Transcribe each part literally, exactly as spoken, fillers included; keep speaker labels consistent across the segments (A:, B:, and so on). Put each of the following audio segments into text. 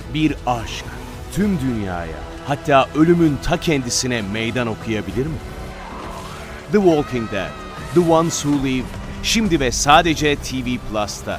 A: Bir aşk tüm dünyaya, hatta ölümün ta kendisine meydan okuyabilir mi? The Walking Dead, The Ones Who Live, şimdi ve sadece T V Plus'ta.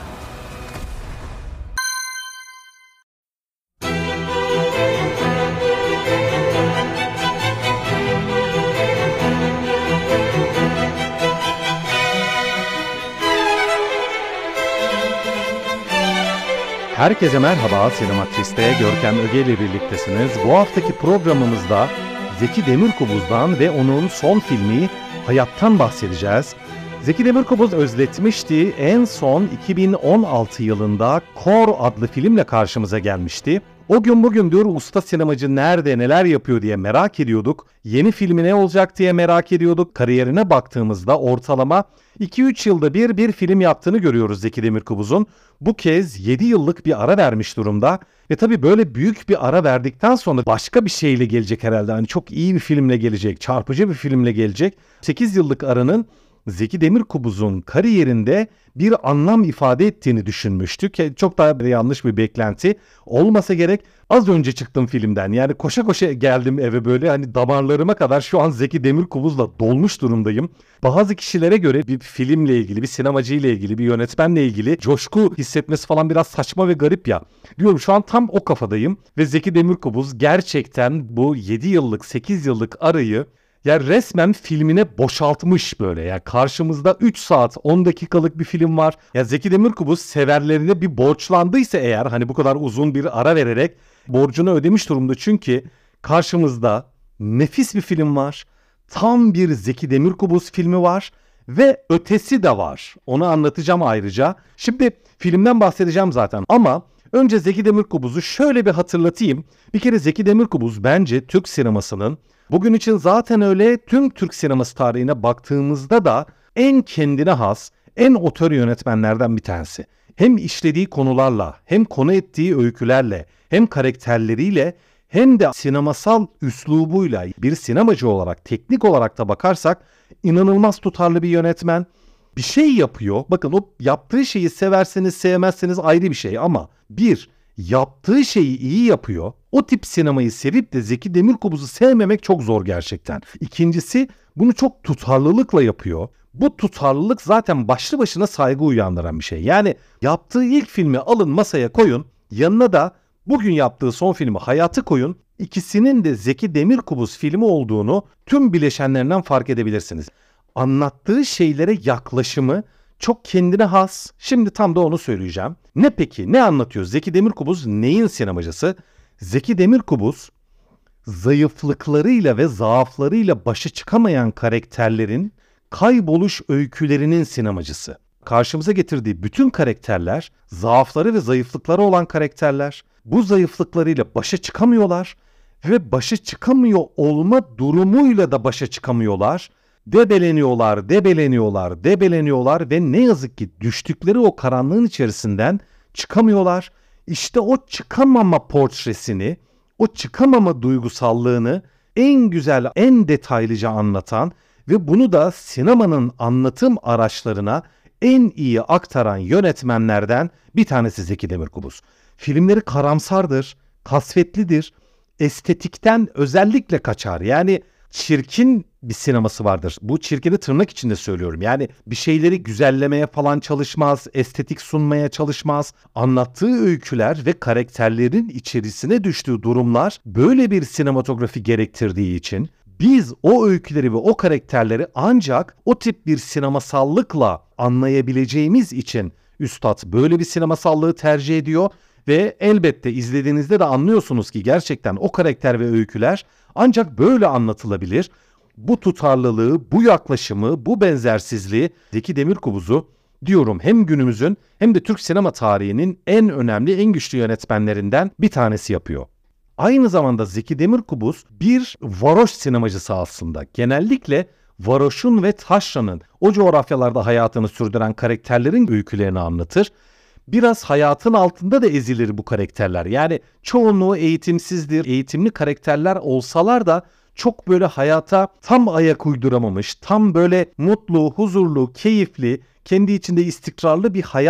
B: Herkese merhaba, Sinematris'te Görkem Öge ile birliktesiniz. Bu haftaki programımızda Zeki Demirkubuz'dan ve onun son filmi Hayat'tan bahsedeceğiz. Zeki Demirkubuz özletmişti, en son iki bin on altı yılında Kor adlı filmle karşımıza gelmişti. O gün bugündür usta sinemacı nerede, neler yapıyor diye merak ediyorduk. Yeni filmi ne olacak diye merak ediyorduk. Kariyerine baktığımızda ortalama iki üç yılda bir bir film yaptığını görüyoruz Zeki Demirkubuz'un. Bu kez yedi yıllık bir ara vermiş durumda. Ve tabii böyle büyük bir ara verdikten sonra başka bir şeyle gelecek herhalde. Hani çok iyi bir filmle gelecek, çarpıcı bir filmle gelecek. sekiz yıllık aranın Zeki Demirkubuz'un kariyerinde bir anlam ifade ettiğini düşünmüştük. Çok daha yanlış bir beklenti olmasa gerek. Az önce çıktım filmden, yani koşa koşa geldim eve, böyle hani damarlarıma kadar şu an Zeki Demirkubuz'la dolmuş durumdayım. Bazı kişilere göre bir filmle ilgili, bir sinemacı ile ilgili, bir yönetmenle ilgili coşku hissetmesi falan biraz saçma ve garip ya. Diyorum, şu an tam o kafadayım ve Zeki Demirkubuz gerçekten bu yedi yıllık, sekiz yıllık arayı ya resmen filmine boşaltmış böyle. Ya karşımızda üç saat on dakikalık bir film var. Ya Zeki Demirkubuz severlerine bir borçlandıysa eğer, hani bu kadar uzun bir ara vererek borcunu ödemiş durumda. Çünkü karşımızda nefis bir film var. Tam bir Zeki Demirkubuz filmi var ve ötesi de var. Onu anlatacağım ayrıca. Şimdi filmden bahsedeceğim zaten ama önce Zeki Demirkubuz'u şöyle bir hatırlatayım. Bir kere Zeki Demirkubuz bence Türk sinemasının, bugün için zaten öyle, tüm Türk sineması tarihine baktığımızda da en kendine has, en otör yönetmenlerden bir tanesi. Hem işlediği konularla, hem konu ettiği öykülerle, hem karakterleriyle, hem de sinemasal üslubuyla bir sinemacı olarak, teknik olarak da bakarsak inanılmaz tutarlı bir yönetmen. Bir şey yapıyor. Bakın, o yaptığı şeyi severseniz sevmezseniz ayrı bir şey ama bir, yaptığı şeyi iyi yapıyor. O tip sinemayı sevip de Zeki Demirkubuz'u sevmemek çok zor gerçekten. İkincisi, bunu çok tutarlılıkla yapıyor. Bu tutarlılık zaten başlı başına saygı uyandıran bir şey. Yani yaptığı ilk filmi alın masaya koyun, yanına da bugün yaptığı son filmi Hayat'ı koyun. İkisinin de Zeki Demirkubuz filmi olduğunu tüm bileşenlerinden fark edebilirsiniz. Anlattığı şeylere yaklaşımı çok kendine has. Şimdi tam da onu söyleyeceğim. Ne peki? Ne anlatıyor? Zeki Demirkubuz neyin sinemacısı? Zeki Demirkubuz zayıflıklarıyla ve zaaflarıyla başa çıkamayan karakterlerin kayboluş öykülerinin sinemacısı. Karşımıza getirdiği bütün karakterler zaafları ve zayıflıkları olan karakterler. Bu zayıflıklarıyla başa çıkamıyorlar ve başa çıkamıyor olma durumuyla da başa çıkamıyorlar. Debeleniyorlar, debeleniyorlar, debeleniyorlar ve ne yazık ki düştükleri o karanlığın içerisinden çıkamıyorlar. İşte o çıkamama portresini, o çıkamama duygusallığını en güzel, en detaylıca anlatan ve bunu da sinemanın anlatım araçlarına en iyi aktaran yönetmenlerden bir tanesi Zeki Demirkubuz. Filmleri karamsardır, kasvetlidir, estetikten özellikle kaçar. Yani çirkin bir sineması vardır. Bu çirkini tırnak içinde söylüyorum. Yani bir şeyleri güzellemeye falan çalışmaz, estetik sunmaya çalışmaz. Anlattığı öyküler ve karakterlerin içerisine düştüğü durumlar böyle bir sinematografi gerektirdiği için biz o öyküleri ve o karakterleri ancak o tip bir sinemasallıkla anlayabileceğimiz için üstad böyle bir sinemasallığı tercih ediyor. Ve elbette izlediğinizde de anlıyorsunuz ki gerçekten o karakter ve öyküler ancak böyle anlatılabilir. Bu tutarlılığı, bu yaklaşımı, bu benzersizliği Zeki Demirkubuz'u diyorum hem günümüzün hem de Türk sinema tarihinin en önemli, en güçlü yönetmenlerinden bir tanesi yapıyor. Aynı zamanda Zeki Demirkubuz bir varoş sinemacısı aslında. Genellikle varoşun ve taşranın, o coğrafyalarda hayatını sürdüren karakterlerin öykülerini anlatır. Biraz hayatın altında da ezilir bu karakterler. Yani çoğunluğu eğitimsizdir. Eğitimli karakterler olsalar da çok böyle hayata tam ayak uyduramamış, tam böyle mutlu, huzurlu, keyifli, kendi içinde istikrarlı bir hayat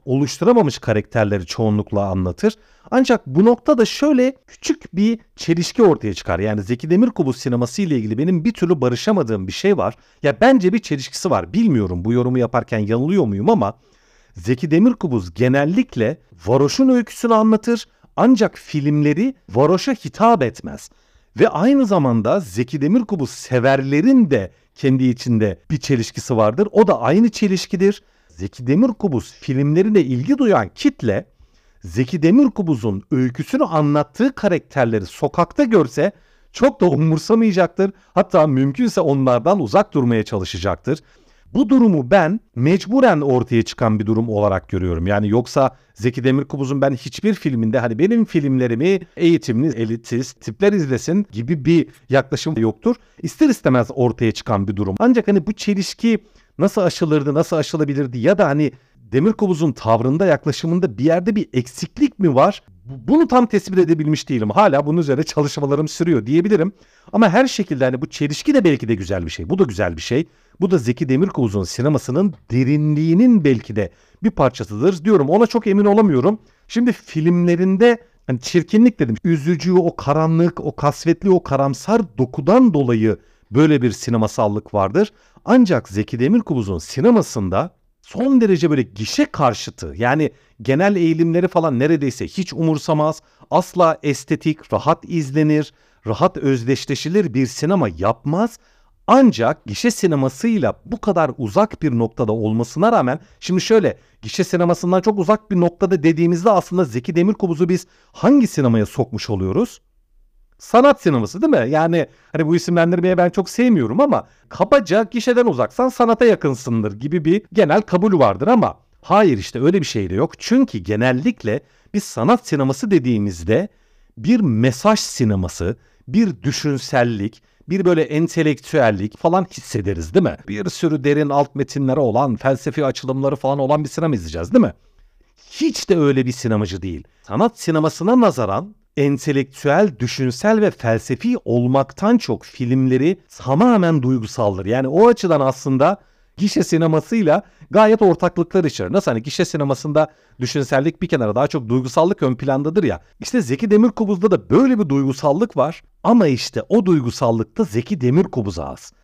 B: oluşturamamış karakterleri çoğunlukla anlatır. Ancak bu noktada şöyle küçük bir çelişki ortaya çıkar. Yani Zeki Demirkubuz sineması ile ilgili benim bir türlü barışamadığım bir şey var. Ya bence bir çelişkisi var. Bilmiyorum bu yorumu yaparken yanılıyor muyum ama Zeki Demirkubuz genellikle varoşun öyküsünü anlatır. Ancak filmleri varoşa hitap etmez. Ve aynı zamanda Zeki Demirkubuz severlerin de kendi içinde bir çelişkisi vardır. O da aynı çelişkidir. Zeki Demirkubuz filmlerine ilgi duyan kitle Zeki Demirkubuz'un öyküsünü anlattığı karakterleri sokakta görse çok da umursamayacaktır. Hatta mümkünse onlardan uzak durmaya çalışacaktır. Bu durumu ben mecburen ortaya çıkan bir durum olarak görüyorum. Yani yoksa Zeki Demirkubuz'un ben hiçbir filminde hani benim filmlerimi eğitimli, elitist tipler izlesin gibi bir yaklaşım yoktur. İster istemez ortaya çıkan bir durum. Ancak hani bu çelişki nasıl aşılırdı, nasıl aşılabilirdi ya da hani Demirkubuz'un tavrında, yaklaşımında bir yerde bir eksiklik mi var? Bunu tam tespit edebilmiş değilim. Hala bunun üzerine çalışmalarım sürüyor diyebilirim. Ama her şekilde hani bu çelişki de belki de güzel bir şey. Bu da güzel bir şey. Bu da Zeki Demirkubuz'un sinemasının derinliğinin belki de bir parçasıdır diyorum. Ona çok emin olamıyorum. Şimdi filmlerinde hani çirkinlik dedim. Üzücü, o karanlık, o kasvetli, o karamsar dokudan dolayı böyle bir sinemasallık vardır. Ancak Zeki Demirkubuz'un sinemasında son derece böyle gişe karşıtı, yani genel eğilimleri falan neredeyse hiç umursamaz, asla estetik, rahat izlenir, rahat özdeşleşilir bir sinema yapmaz. Ancak gişe sinemasıyla bu kadar uzak bir noktada olmasına rağmen, şimdi şöyle, gişe sinemasından çok uzak bir noktada dediğimizde aslında Zeki Demirkubuz'u biz hangi sinemaya sokmuş oluyoruz? Sanat sineması değil mi? Yani hani bu isimlendirmeyi ben çok sevmiyorum ama kabaca gişeden uzaksan sanata yakınsındır gibi bir genel kabul vardır ama hayır, işte öyle bir şey de yok. Çünkü genellikle biz sanat sineması dediğimizde bir mesaj sineması, bir düşünsellik, bir böyle entelektüellik falan hissederiz değil mi? Bir sürü derin alt metinleri olan, felsefi açılımları falan olan bir sinema izleyeceğiz değil mi? Hiç de öyle bir sinemacı değil. Sanat sinemasına nazaran entelektüel, düşünsel ve felsefi olmaktan çok filmleri tamamen duygusaldır. Yani o açıdan aslında gişe sinemasıyla gayet ortaklıklar içerir. Nasıl hani gişe sinemasında düşünsellik bir kenara, daha çok duygusallık ön plandadır ya. İşte Zeki Demirkubuz'da da böyle bir duygusallık var ama işte o duygusallıkta Zeki Demirkubuz'a az.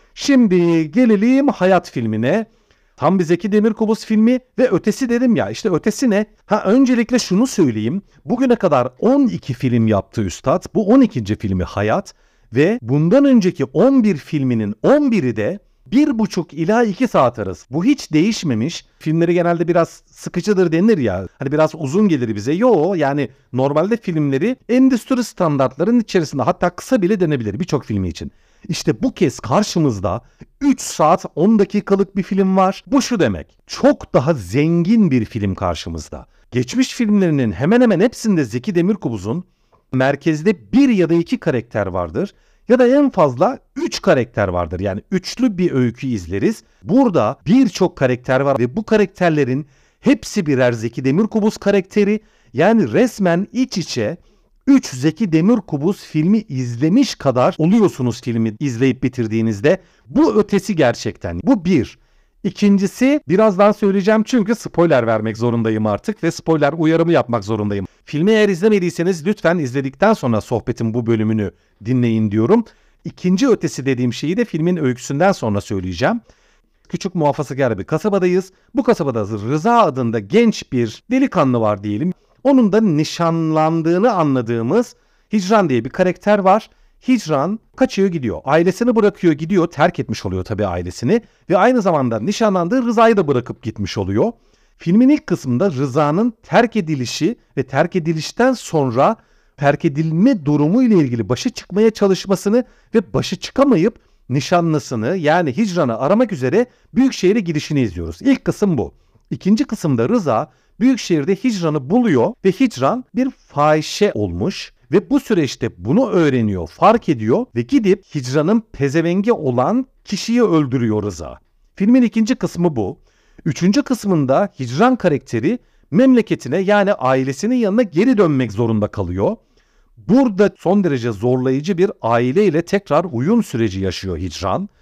B: Şimdi gelelim Hayat filmine. Tam bir Zeki Demirkubuz filmi ve ötesi dedim ya, işte ötesi ne? Ha, öncelikle şunu söyleyeyim. Bugüne kadar on iki film yaptı üstad. Bu on ikinci filmi Hayat ve bundan önceki on bir filminin on biri de bir buçuk ila iki saat arası. Bu hiç değişmemiş. Filmleri genelde biraz sıkıcıdır denir ya. Hani biraz uzun gelir bize. Yo, yani normalde filmleri endüstri standartlarının içerisinde, hatta kısa bile denebilir birçok filmi için. İşte bu kez karşımızda üç saat on dakikalık bir film var. Bu şu demek: çok daha zengin bir film karşımızda. Geçmiş filmlerinin hemen hemen hepsinde Zeki Demirkubuz'un merkezde bir ya da iki karakter vardır. Ya da en fazla üç karakter vardır. Yani üçlü bir öykü izleriz. Burada birçok karakter var ve bu karakterlerin hepsi birer Zeki Demirkubuz karakteri. Yani resmen iç içe üç Zeki Demirkubuz filmi izlemiş kadar oluyorsunuz filmi izleyip bitirdiğinizde. Bu ötesi gerçekten. Bu bir. İkincisi, birazdan söyleyeceğim çünkü spoiler vermek zorundayım artık ve spoiler uyarımı yapmak zorundayım. Filmi eğer izlemediyseniz lütfen izledikten sonra sohbetin bu bölümünü dinleyin diyorum. İkinci ötesi dediğim şeyi de filmin öyküsünden sonra söyleyeceğim. Küçük muhafazakar bir kasabadayız. Bu kasabada Rıza adında genç bir delikanlı var diyelim. Onun da nişanlandığını anladığımız Hicran diye bir karakter var. Hicran kaçıyor gidiyor. Ailesini bırakıyor gidiyor. Terk etmiş oluyor tabii ailesini. Ve aynı zamanda nişanlandığı Rıza'yı da bırakıp gitmiş oluyor. Filmin ilk kısmında Rıza'nın terk edilişi ve terk edilişten sonra terk edilme durumu ile ilgili başa çıkmaya çalışmasını ve başa çıkamayıp nişanlısını, yani Hicran'ı aramak üzere Büyükşehir'e gidişini izliyoruz. İlk kısım bu. İkinci kısımda Rıza Büyükşehir'de Hicran'ı buluyor ve Hicran bir fahişe olmuş ve bu süreçte bunu öğreniyor, fark ediyor ve gidip Hicran'ın pezevengi olan kişiyi öldürüyor Rıza. Filmin ikinci kısmı bu. Üçüncü kısmında Hicran karakteri memleketine, yani ailesinin yanına geri dönmek zorunda kalıyor. Burada son derece zorlayıcı bir aileyle tekrar uyum süreci yaşıyor Hicran.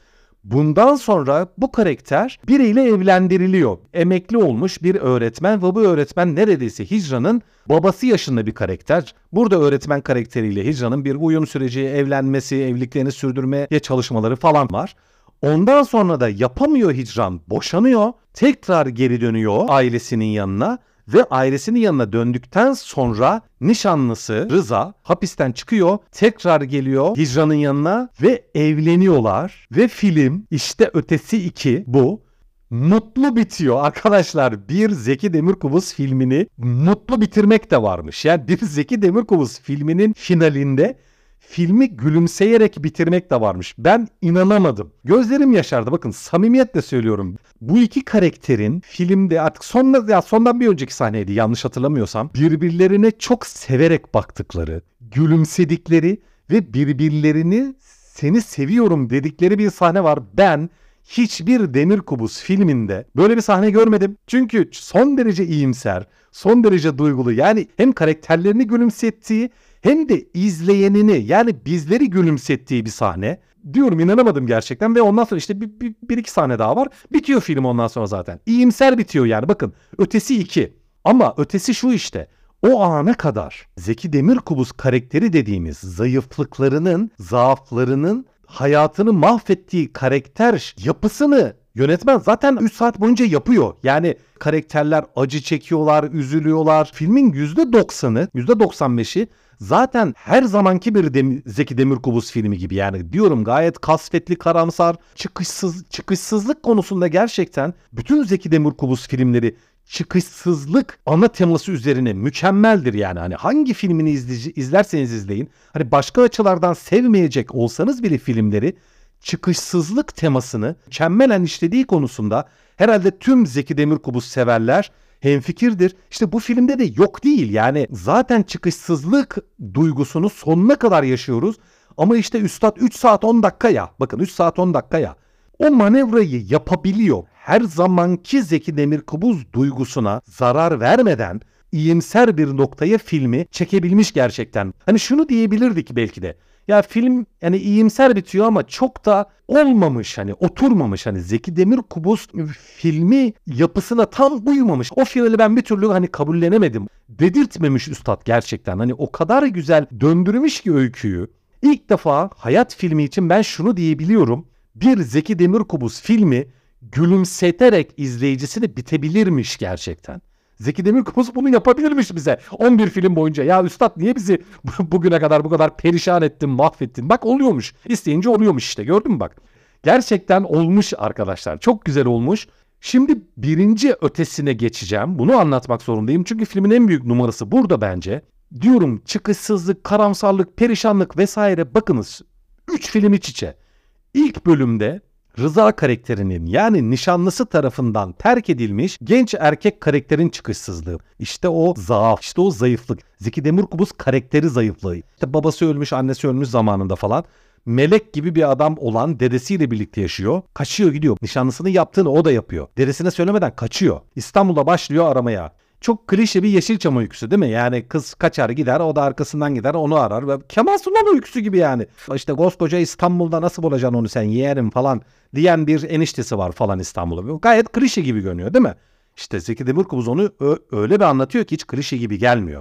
B: Bundan sonra bu karakter biriyle evlendiriliyor. Emekli olmuş bir öğretmen ve bu öğretmen neredeyse Hicran'ın babası yaşında bir karakter. Burada öğretmen karakteriyle Hicran'ın bir uyum süreci, evlenmesi, evliliklerini sürdürmeye çalışmaları falan var. Ondan sonra da yapamıyor Hicran, boşanıyor, tekrar geri dönüyor ailesinin yanına. Ve ailesinin yanına döndükten sonra nişanlısı Rıza hapisten çıkıyor, tekrar geliyor Hicran'ın yanına ve evleniyorlar. Ve film işte Ötesi iki bu. Mutlu bitiyor arkadaşlar. Bir Zeki Demirkubuz filmini mutlu bitirmek de varmış. Yani bir Zeki Demirkubuz filminin finalinde filmi gülümseyerek bitirmek de varmış. Ben inanamadım. Gözlerim yaşardı. Bakın samimiyetle söylüyorum. Bu iki karakterin filmde artık sonuna, ya sondan bir önceki sahneydi yanlış hatırlamıyorsam, birbirlerine çok severek baktıkları, gülümsedikleri ve birbirlerini seni seviyorum dedikleri bir sahne var. Ben hiçbir Demirkubuz filminde böyle bir sahne görmedim. Çünkü son derece iyimser, son derece duygulu. Yani hem karakterlerini gülümsettiği hem de izleyenini, yani bizleri gülümsettiği bir sahne. Diyorum, inanamadım gerçekten ve ondan sonra işte bir, bir, bir iki sahne daha var. Bitiyor film ondan sonra zaten. İyimser bitiyor yani, bakın. Ötesi iki. Ama ötesi şu işte. O ana kadar Zeki Demirkubuz karakteri dediğimiz zayıflıklarının, zaaflarının hayatını mahvettiği karakter yapısını yönetmen zaten üç saat boyunca yapıyor. Yani karakterler acı çekiyorlar, üzülüyorlar. Filmin yüzde doksanı, yüzde doksan beşi zaten her zamanki bir Dem- Zeki Demirkubuz filmi gibi. Yani diyorum, gayet kasvetli, karamsar, çıkışsız, çıkışsızlık konusunda gerçekten bütün Zeki Demirkubuz filmleri çıkışsızlık ana teması üzerine mükemmeldir yani. Hani hangi filmini izleyici, izlerseniz izleyin, hani başka açılardan sevmeyecek olsanız bile filmleri, çıkışsızlık temasını mükemmelen işlediği konusunda herhalde tüm Zeki Demirkubuz severler hemfikirdir. İşte bu filmde de yok değil yani, zaten çıkışsızlık duygusunu sonuna kadar yaşıyoruz. Ama işte üstad üç saat on dakika ya, bakın üç saat on dakika ya, o manevrayı yapabiliyor. Her zamanki Zeki Demirkubuz duygusuna zarar vermeden iyimser bir noktaya filmi çekebilmiş gerçekten. Hani şunu diyebilirdik belki de. Ya film yani iyimser bitiyor ama çok da olmamış, hani oturmamış, hani Zeki Demirkubuz filmi yapısına tam uymamış. O finali ben bir türlü hani kabullenemedim. Dedirtmemiş üstad gerçekten. Hani o kadar güzel döndürmüş ki öyküyü. İlk defa hayat filmi için ben şunu diyebiliyorum. Bir Zeki Demirkubuz filmi gülümseterek izleyicisini bitebilirmiş gerçekten. Zeki Demirkubuz bunu yapabilirmiş bize on bir film boyunca. Ya üstad niye bizi bugüne kadar bu kadar perişan ettin, mahvettin? Bak oluyormuş. İsteyince oluyormuş işte, gördün mü bak. Gerçekten olmuş arkadaşlar. Çok güzel olmuş. Şimdi birinci ötesine geçeceğim. Bunu anlatmak zorundayım. Çünkü filmin en büyük numarası burada bence. Diyorum, çıkışsızlık, karamsarlık, perişanlık vesaire, bakınız. Üç film iç içe. İlk bölümde Rıza karakterinin, yani nişanlısı tarafından terk edilmiş genç erkek karakterin çıkışsızlığı. İşte o zaaf, işte o zayıflık. Zeki Demirkubuz karakteri zayıflığı. İşte babası ölmüş, annesi ölmüş zamanında falan. Melek gibi bir adam olan dedesiyle birlikte yaşıyor. Kaçıyor gidiyor. Nişanlısının yaptığını o da yapıyor. Dedesine söylemeden kaçıyor. İstanbul'a başlıyor aramaya. Çok klişe bir Yeşilçam öyküsü değil mi? Yani kız kaçar gider, o da arkasından gider, onu arar. Ve Kemal Sunal öyküsü gibi yani. İşte koskoca İstanbul'da nasıl bulacaksın onu sen, yeğerim falan diyen bir eniştesi var falan İstanbul'da. Gayet klişe gibi görünüyor değil mi? İşte Zeki Demirkubuz onu ö- öyle bir anlatıyor ki hiç klişe gibi gelmiyor.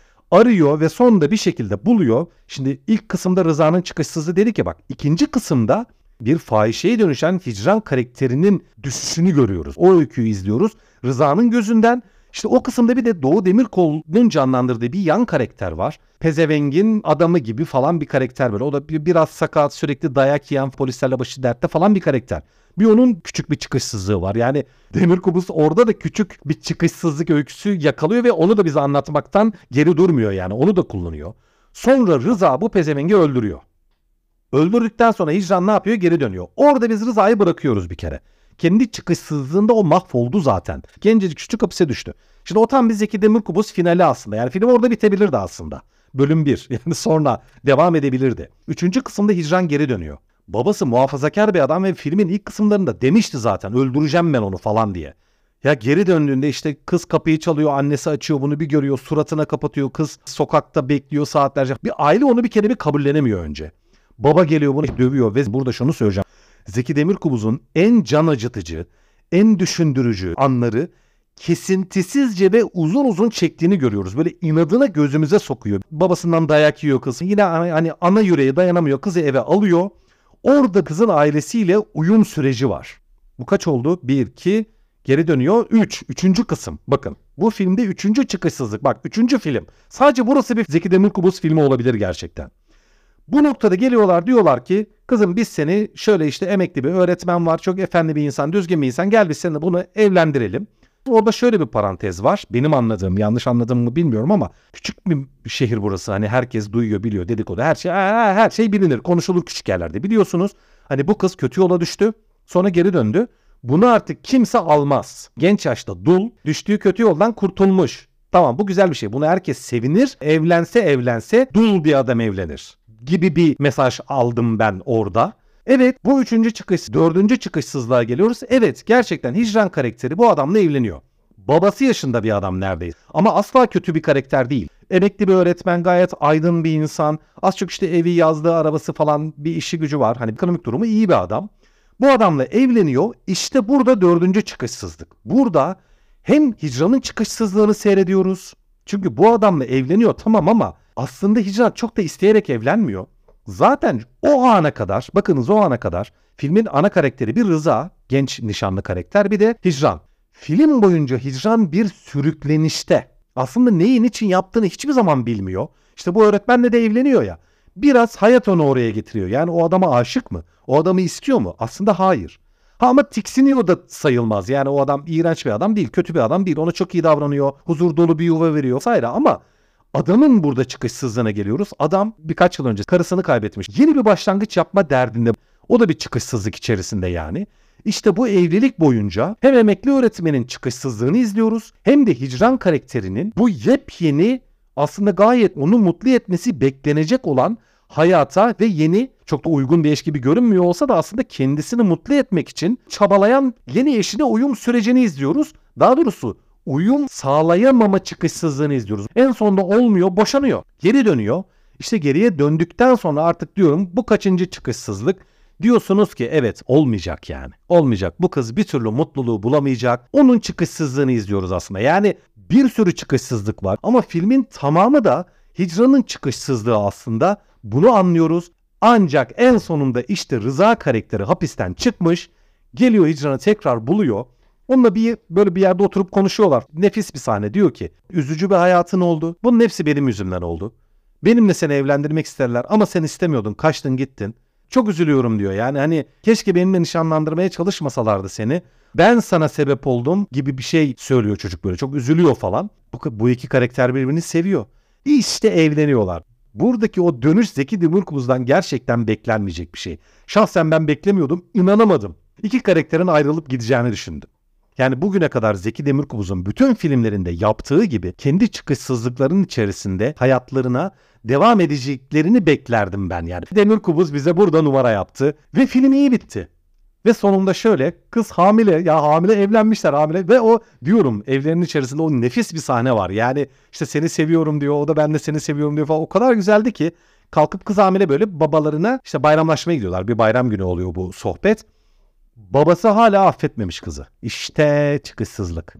B: Arıyor ve sonunda bir şekilde buluyor. Şimdi ilk kısımda Rıza'nın çıkışsızlığı dedik ya, bak. İkinci kısımda bir fahişeye dönüşen Hicran karakterinin düşüşünü görüyoruz. O öyküyü izliyoruz Rıza'nın gözünden. İşte o kısımda bir de Doğu Demirkol'un canlandırdığı bir yan karakter var. Pezevengin adamı gibi falan bir karakter böyle. O da biraz sakat, sürekli dayak yiyen, polislerle başı dertte falan bir karakter. Bir onun küçük bir çıkışsızlığı var. Yani Demirkubuz orada da küçük bir çıkışsızlık öyküsü yakalıyor ve onu da bize anlatmaktan geri durmuyor yani. Onu da kullanıyor. Sonra Rıza bu pezevengi öldürüyor. Öldürdükten sonra Hicran ne yapıyor? Geri dönüyor. Orada biz Rıza'yı bırakıyoruz bir kere. Kendi çıkışsızlığında o mahvoldu zaten. Gencecik küçük hapise düştü. Şimdi o tam bir Zeki Demirkubuz finali aslında. Yani film orada bitebilirdi aslında. Bölüm bir. Yani sonra devam edebilirdi. Üçüncü kısımda Hicran geri dönüyor. Babası muhafazakar bir adam ve filmin ilk kısımlarında demişti zaten, öldüreceğim ben onu falan diye. Ya geri döndüğünde işte kız kapıyı çalıyor, annesi açıyor, bunu bir görüyor, suratına kapatıyor, kız sokakta bekliyor saatlerce. Bir aile onu bir kere bir kabullenemiyor önce. Baba geliyor, bunu dövüyor ve burada şunu söyleyeceğim. Zeki Demirkubuz'un en can acıtıcı, en düşündürücü anları kesintisizce ve uzun uzun çektiğini görüyoruz. Böyle inadına gözümüze sokuyor. Babasından dayak yiyor kız. Yine hani ana yüreğe dayanamıyor. Kızı eve alıyor. Orada kızın ailesiyle uyum süreci var. Bu kaç oldu? Bir, iki, geri dönüyor. Üç. Üçüncü kısım. Bakın bu filmde üçüncü çıkışsızlık. Bak üçüncü film. Sadece burası bir Zeki Demirkubuz filmi olabilir gerçekten. Bu noktada geliyorlar, diyorlar ki kızım biz seni şöyle işte emekli bir öğretmen var. Çok efendi bir insan, düzgün bir insan. Gel biz seninle bunu evlendirelim. Orada şöyle bir parantez var. Benim anladığım, yanlış anladığım mı bilmiyorum ama küçük bir şehir burası. Hani herkes duyuyor, biliyor, dedikodu. Her şey her şey bilinir. Konuşulur küçük yerlerde. Biliyorsunuz hani bu kız kötü yola düştü. Sonra geri döndü. Bunu artık kimse almaz. Genç yaşta dul, düştüğü kötü yoldan kurtulmuş. Tamam, bu güzel bir şey. Bunu herkes sevinir. Evlense evlense dul bir adam evlenir gibi bir mesaj aldım ben orada. Evet, bu üçüncü çıkış, dördüncü çıkışsızlığa geliyoruz. Evet, gerçekten Hicran karakteri bu adamla evleniyor. Babası yaşında bir adam neredeyse. Ama asla kötü bir karakter değil. Emekli bir öğretmen, gayet aydın bir insan. Az çok işte evi, yazdığı arabası falan, bir işi gücü var. Hani ekonomik durumu iyi bir adam. Bu adamla evleniyor. İşte burada dördüncü çıkışsızlık. Burada hem Hicran'ın çıkışsızlığını seyrediyoruz. Çünkü bu adamla evleniyor tamam ama aslında Hicran çok da isteyerek evlenmiyor. Zaten o ana kadar, bakınız o ana kadar filmin ana karakteri bir Rıza, genç nişanlı karakter, bir de Hicran. Film boyunca Hicran bir sürüklenişte. Aslında neyin için yaptığını hiçbir zaman bilmiyor. İşte bu öğretmenle de evleniyor ya. Biraz hayat onu oraya getiriyor. Yani o adama aşık mı? O adamı istiyor mu? Aslında hayır. Ha ama tiksiniyor da sayılmaz. Yani o adam iğrenç bir adam değil, kötü bir adam değil. Ona çok iyi davranıyor, huzur dolu bir yuva veriyor vesaire ama adamın burada çıkışsızlığına geliyoruz. Adam birkaç yıl önce karısını kaybetmiş. Yeni bir başlangıç yapma derdinde. O da bir çıkışsızlık içerisinde yani. İşte bu evlilik boyunca hem emekli öğretmenin çıkışsızlığını izliyoruz hem de Hicran karakterinin bu yepyeni, aslında gayet onu mutlu etmesi beklenecek olan hayata ve yeni, çok da uygun bir eş gibi görünmüyor olsa da aslında kendisini mutlu etmek için çabalayan yeni eşine uyum sürecini izliyoruz. Daha doğrusu uyum sağlayamama çıkışsızlığını izliyoruz. En sonunda olmuyor, boşanıyor. Geri dönüyor. İşte geriye döndükten sonra artık diyorum bu kaçıncı çıkışsızlık? Diyorsunuz ki evet, olmayacak yani. Olmayacak. Bu kız bir türlü mutluluğu bulamayacak. Onun çıkışsızlığını izliyoruz aslında. Yani bir sürü çıkışsızlık var. Ama filmin tamamı da Hicran'ın çıkışsızlığı aslında. Bunu anlıyoruz. Ancak en sonunda işte Rıza karakteri hapisten çıkmış. Geliyor Hicran'ı tekrar buluyor. Onunla bir böyle bir yerde oturup konuşuyorlar. Nefis bir sahne, diyor ki üzücü bir hayatın oldu. Bunun hepsi benim yüzümden oldu. Benimle seni evlendirmek isterler ama sen istemiyordun, kaçtın gittin. Çok üzülüyorum diyor. Yani hani keşke benimle nişanlandırmaya çalışmasalardı seni. Ben sana sebep oldum gibi bir şey söylüyor çocuk böyle. Çok üzülüyor falan. Bu, bu iki karakter birbirini seviyor. İşte evleniyorlar. Buradaki o dönüş Zeki Demirkubuz'dan gerçekten beklenmeyecek bir şey. Şahsen ben beklemiyordum, inanamadım. İki karakterin ayrılıp gideceğini düşündüm. Yani bugüne kadar Zeki Demirkubuz'un bütün filmlerinde yaptığı gibi kendi çıkışsızlıklarının içerisinde hayatlarına devam edeceklerini beklerdim ben yani. Demirkubuz bize burada numara yaptı ve film iyi bitti. Ve sonunda şöyle, kız hamile, ya hamile, evlenmişler hamile ve o diyorum evlerinin içerisinde o nefis bir sahne var. Yani işte seni seviyorum diyor, o da ben de seni seviyorum diyor falan, o kadar güzeldi ki kalkıp kız hamile böyle babalarına işte bayramlaşmaya gidiyorlar. Bir bayram günü oluyor bu sohbet. Babası hala affetmemiş kızı. İşte çıkışsızlık.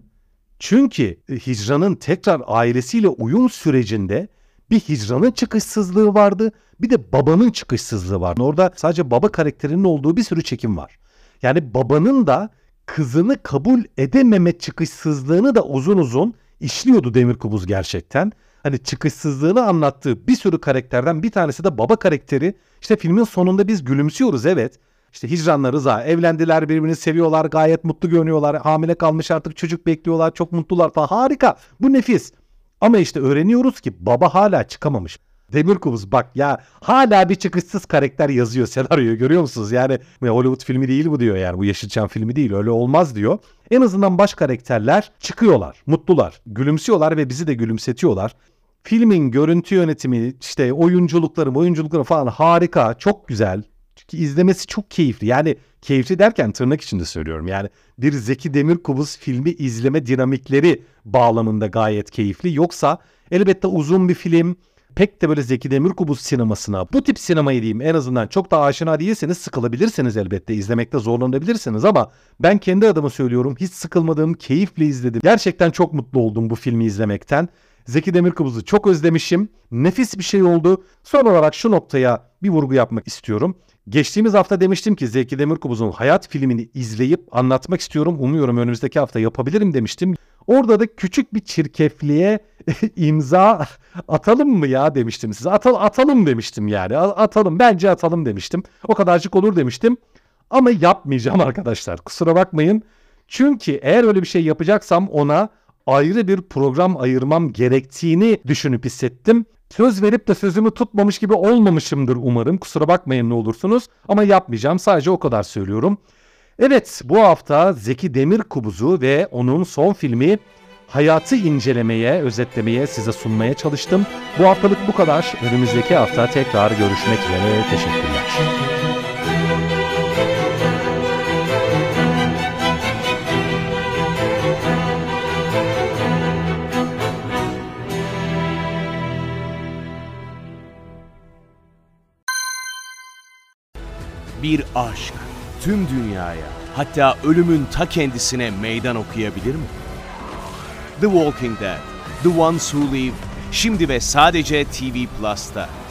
B: Çünkü Hicran'ın tekrar ailesiyle uyum sürecinde bir Hicran'ın çıkışsızlığı vardı, bir de babanın çıkışsızlığı vardı. Orada sadece baba karakterinin olduğu bir sürü çekim var. Yani babanın da kızını kabul edememe çıkışsızlığını da uzun uzun işliyordu Demirkubuz gerçekten. Hani çıkışsızlığını anlattığı bir sürü karakterden bir tanesi de baba karakteri. İşte filmin sonunda biz gülümsüyoruz, evet. İşte Hicran'la Rıza evlendiler, birbirini seviyorlar, gayet mutlu görünüyorlar. Hamile kalmış, artık çocuk bekliyorlar, çok mutlular falan, harika, bu nefis. Ama işte öğreniyoruz ki baba hala çıkamamış. Demirkubuz bak ya, hala bir çıkışsız karakter yazıyor senaryoyu, görüyor musunuz? Yani Hollywood filmi değil bu diyor, yani bu Yeşilçam filmi değil, öyle olmaz diyor. En azından baş karakterler çıkıyorlar, mutlular, gülümsüyorlar ve bizi de gülümsetiyorlar. Filmin görüntü yönetimi, işte oyunculukları, oyunculukları falan harika, çok güzel. Çünkü izlemesi çok keyifli. Yani keyifli derken tırnak içinde söylüyorum. Yani bir Zeki Demirkubuz filmi izleme dinamikleri bağlamında gayet keyifli. Yoksa elbette uzun bir film, pek de böyle Zeki Demirkubuz sinemasına, bu tip sinemayı diyeyim en azından çok da aşina değilseniz sıkılabilirsiniz elbette. İzlemekte zorlanabilirsiniz ama ben kendi adıma söylüyorum, hiç sıkılmadım, keyifle izledim. Gerçekten çok mutlu oldum bu filmi izlemekten. Zeki Demirkubuz'u çok özlemişim. Nefis bir şey oldu. Son olarak şu noktaya bir vurgu yapmak istiyorum. Geçtiğimiz hafta demiştim ki Zeki Demirkubuz'un Hayat filmini izleyip anlatmak istiyorum. Umuyorum önümüzdeki hafta yapabilirim demiştim. Orada da küçük bir çirkefliğe imza atalım mı ya demiştim size. Atal, atalım demiştim yani. Atalım, bence atalım demiştim. O kadarcık olur demiştim. Ama yapmayacağım arkadaşlar. Kusura bakmayın. Çünkü eğer öyle bir şey yapacaksam ona ayrı bir program ayırmam gerektiğini düşünüp hissettim. Söz verip de sözümü tutmamış gibi olmamışımdır umarım. Kusura bakmayın ne olursunuz. Ama yapmayacağım. Sadece o kadar söylüyorum. Evet, bu hafta Zeki Demirkubuz'u ve onun son filmi Hayat'ı incelemeye, özetlemeye, size sunmaya çalıştım. Bu haftalık bu kadar. Önümüzdeki hafta tekrar görüşmek üzere. Teşekkürler.
A: Bir aşk tüm dünyaya, hatta ölümün ta kendisine meydan okuyabilir mi? The Walking Dead, The Ones Who Live, şimdi ve sadece T V Plus'ta.